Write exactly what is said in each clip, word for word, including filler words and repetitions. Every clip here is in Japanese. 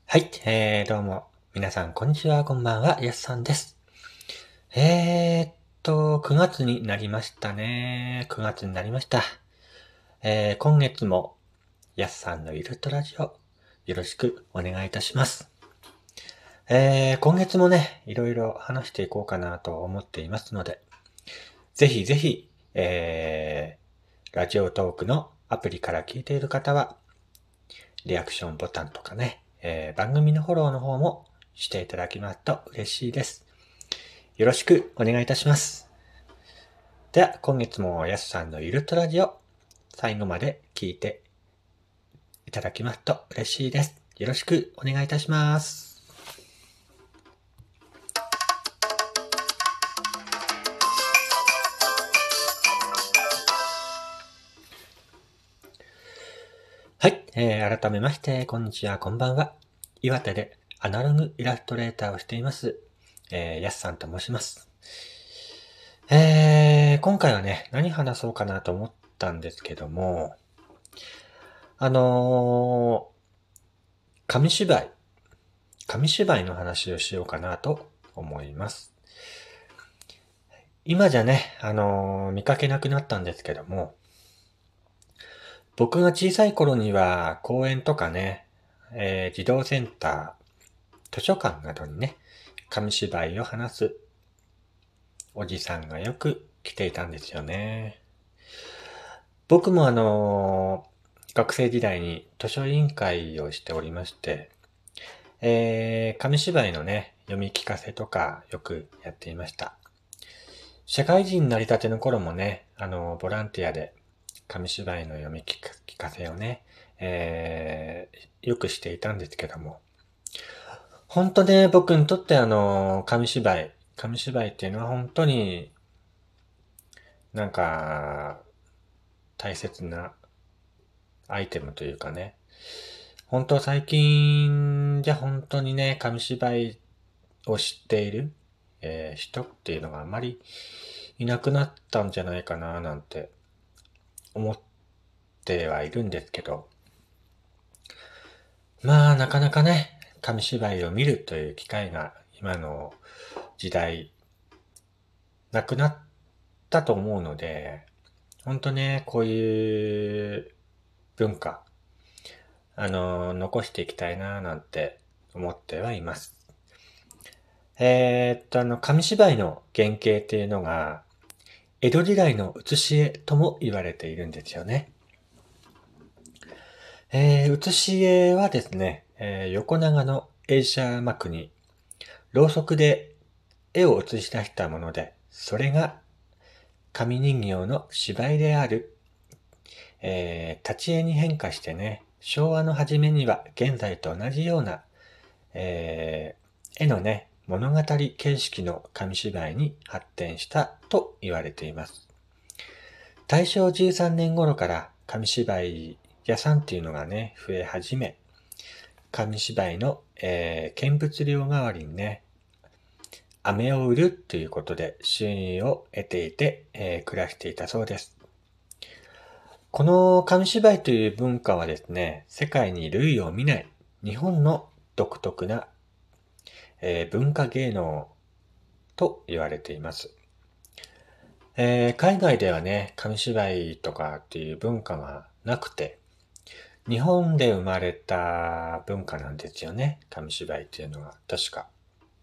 はい、えー、どうも、皆さん、こんにちは、こんばんは、やすさんです。えーっと、くがつになりましたね。くがつになりました。えー、今月も、やすさんのゆるっとラジオ、よろしくお願いいたします。えー、今月もね、いろいろ話していこうかなと思っていますので、ぜひぜひ、えー、ラジオトークのアプリから聞いている方は、リアクションボタンとかね、えー、番組のフォローの方もしていただきますと嬉しいです。よろしくお願いいたします。では、今月もやすさんのゆるっとラジオ、最後まで聞いていただきますと嬉しいです。よろしくお願いいたします。はい、えー、改めまして、こんにちは、こんばんは。岩手でアナログイラストレーターをしています、えー、やすさんと申します。えー、今回はね、何話そうかなと思ったんですけども、あのー、紙芝居、紙芝居の話をしようかなと思います。今じゃね、あのー見かけなくなったんですけども、僕が小さい頃には公園とかね、えー児童センター、図書館などにね、紙芝居を話すおじさんがよく来ていたんですよね。僕もあのー学生時代に図書委員会をしておりまして、えー紙芝居のね、読み聞かせとかよくやっていました。社会人になりたての頃もね、あの、ボランティアで紙芝居の読み聞か聞かせをね、えーよくしていたんですけども、本当ね、僕にとってあの、紙芝居、紙芝居っていうのは本当になんか大切なアイテムというかね、本当最近じゃ本当にね、紙芝居を知っている、えー人っていうのがあまりいなくなったんじゃないかななんて思ってはいるんですけど、まあなかなかね、紙芝居を見るという機会が今の時代なくなったと思うので、ほんとね、こういう文化、あの、残していきたいななんて思ってはいます。えーっと、あの、紙芝居の原型っていうのが、江戸時代の写し絵とも言われているんですよね。えー、写し絵はですね、えー横長の映写幕に、ろうそくで絵を写し出したもので、それが紙人形の芝居である、えー立ち絵に変化してね、昭和の初めには現在と同じような、えー絵のね、物語形式の紙芝居に発展したと言われています。大正じゅうさんねん頃から紙芝居屋さんっていうのがね、増え始め、紙芝居の、えー見物料代わりにね、飴を売るということで収入を得ていて、えー暮らしていたそうです。この紙芝居という文化はですね、世界に類を見ない日本の独特な、えー文化芸能と言われています。えー海外ではね、紙芝居とかっていう文化がなくて、日本で生まれた文化なんですよね。紙芝居っていうのは確か。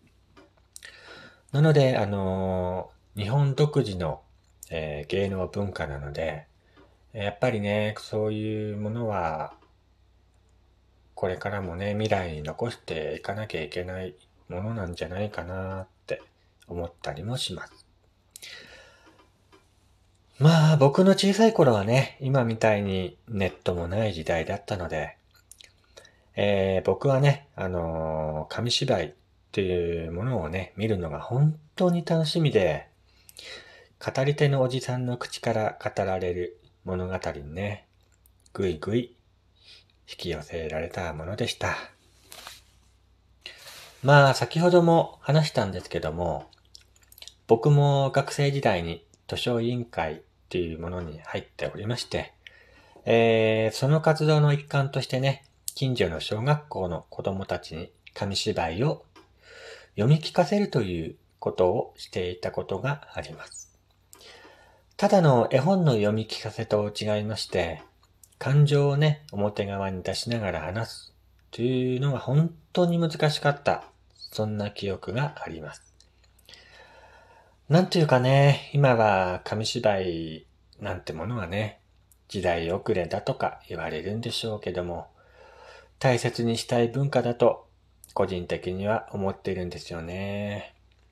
なので、あのー日本独自の、えー芸能文化なので、やっぱりね、そういうものは、これからもね、未来に残していかなきゃいけないものなんじゃないかなって思ったりもします。まあ、僕の小さい頃はね、今みたいにネットもない時代だったので、えー僕はね、あのー紙芝居っていうものをね、見るのが本当に楽しみで、語り手のおじさんの口から語られる物語にね、ぐいぐい引き寄せられたものでした。まあ、先ほども話したんですけども、僕も学生時代に図書委員会っていうものに入っておりまして、えーその活動の一環としてね、 近所の小学校の子供たちに紙芝居を読み聞かせるということをしていたことがあります。ただの絵本の読み聞かせと違いまして、感情をね、表側に出しながら話すというのが本当に難しかった。そんな記憶があります。なんというかね、今は紙芝居なんてものはね、時代遅れだとか言われるんでしょうけども、大切にしたい文化だと個人的には思っているんですよね。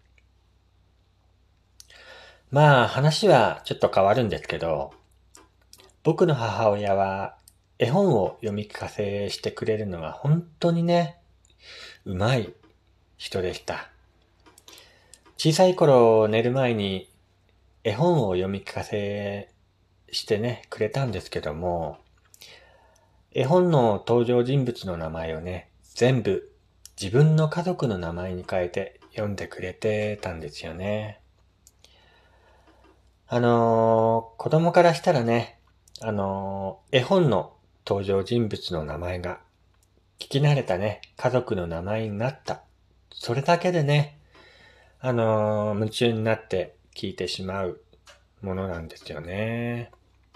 まあ話はちょっと変わるんですけど、僕の母親は絵本を読み聞かせしてくれるのが本当にね、うまい人でした。小さい頃寝る前に絵本を読み聞かせしてね、くれたんですけども、絵本の登場人物の名前をね、全部自分の家族の名前に変えて読んでくれてたんですよね。あのー子供からしたらね、あのー絵本の登場人物の名前が聞き慣れたね、家族の名前になった。それだけでね、あのー夢中になって聞いてしまうものなんですよね。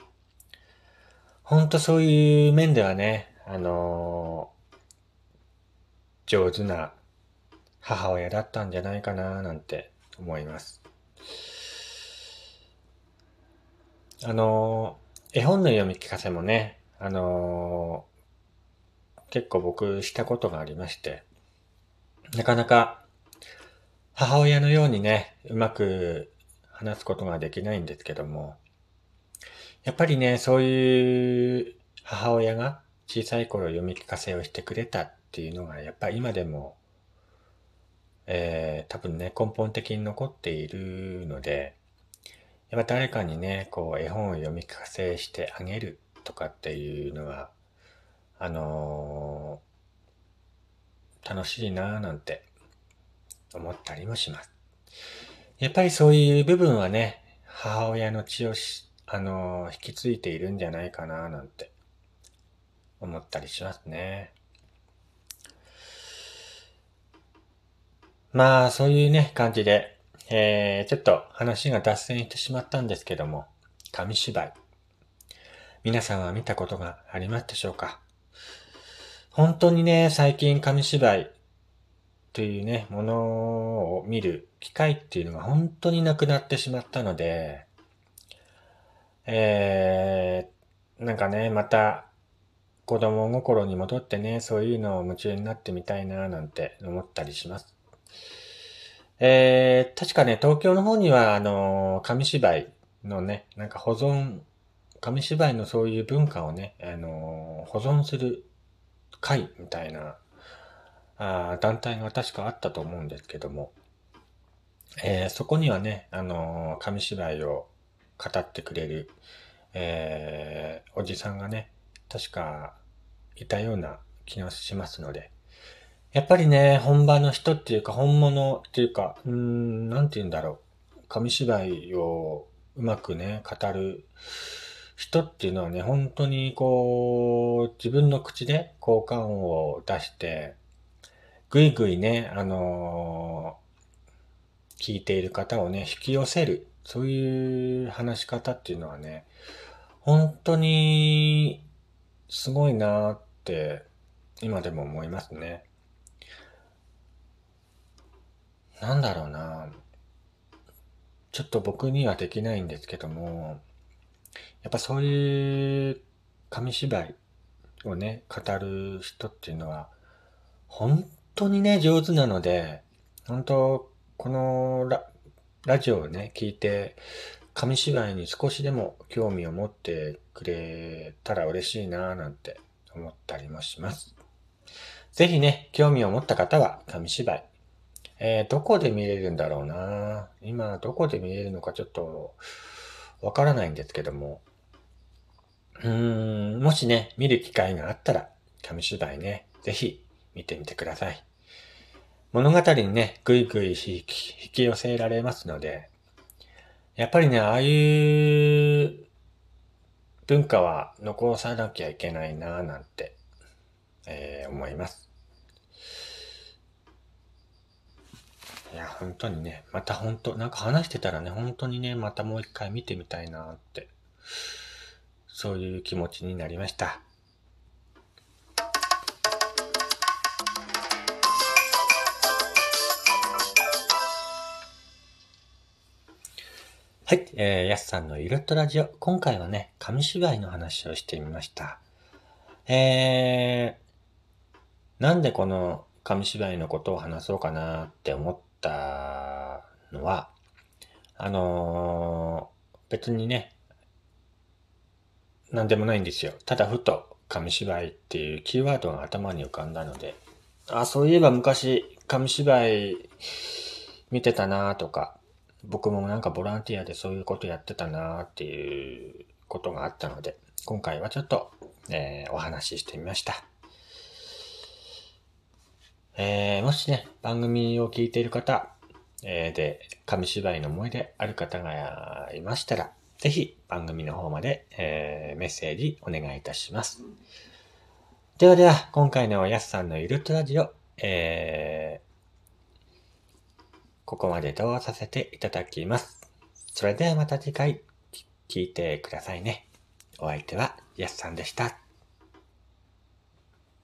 ほんとそういう面ではね、あのー上手な母親だったんじゃないかななんて思います。あのー絵本の読み聞かせもね、あのー結構僕したことがありまして、なかなか母親のようにね、うまく話すことができないんですけども、やっぱりね、そういう母親が小さい頃読み聞かせをしてくれたっていうのが、やっぱり今でも、えー、多分ね、根本的に残っているので、やっぱ誰かにね、こう絵本を読み聞かせしてあげるとかっていうのは、あのー楽しいなぁなんて思ったりもします。やっぱりそういう部分はね、母親の血をし、あのー引き継いでいるんじゃないかなぁなんて思ったりしますね。まあ、そういうね、感じで、えー、ちょっと話が脱線してしまったんですけども、紙芝居。皆さんは見たことがありますでしょうか？本当にね、最近紙芝居というね、ものを見る機会っていうのが本当になくなってしまったので、えー、なんかね、また子供心に戻ってね、そういうのを夢中になってみたいななんて思ったりします。えー、確かね、東京の方には、あの、紙芝居のね、なんか保存、紙芝居のそういう文化をね、あの、保存する会みたいな、あー団体が確かあったと思うんですけども、えーそこにはね、あの、紙芝居を語ってくれる、えーおじさんがね、確かいたような気がしますので、やっぱりね、本場の人っていうか、本物っていうか、うーん、なんて言うんだろう。紙芝居をうまくね、語る人っていうのはね、本当にこう、自分の口で効果音を出して、ぐいぐいね、あのー聞いている方をね、引き寄せる。そういう話し方っていうのはね、本当にすごいなーって今でも思いますね。なんだろうな。ちょっと僕にはできないんですけども、やっぱそういう紙芝居をね、語る人っていうのは、本当にね、上手なので、本当、このラ、ラジオをね、聞いて、紙芝居に少しでも興味を持ってくれたら嬉しいなぁなんて思ったりもします。ぜひね、興味を持った方は紙芝居、えー、どこで見れるんだろうな。今、どこで見れるのかちょっと、わからないんですけども。うーん、もしね、見る機会があったら、紙芝居ね、ぜひ見てみてください。物語にね、ぐいぐい引き引き寄せられますので、やっぱりね、ああいう文化は残さなきゃいけないなぁなんて、 えー思います。いや、本当にね、また本当、なんか話してたらね、本当にね、またもう一回見てみたいなって、そういう気持ちになりました。はい、えー、やすさんのゆるっとラジオ。今回はね、紙芝居の話をしてみました。えー、なんでこの紙芝居のことを話そうかなって思ったのは、あのー別にね、なんでもないんですよ。ただふと紙芝居っていうキーワードが頭に浮かんだので、あ、そういえば昔紙芝居見てたなとか、僕もなんかボランティアでそういうことやってたなっていうことがあったので、今回はちょっと、えーお話ししてみました。えーもしね、番組を聞いている方、えーで、紙芝居の思い出ある方がいましたら、ぜひ番組の方まで、えーメッセージお願いいたします。ではでは、今回のやすさんのゆるっとラジオ、えーここまでとさせていただきます。それではまた次回聞いてくださいね。お相手はやすさんでした。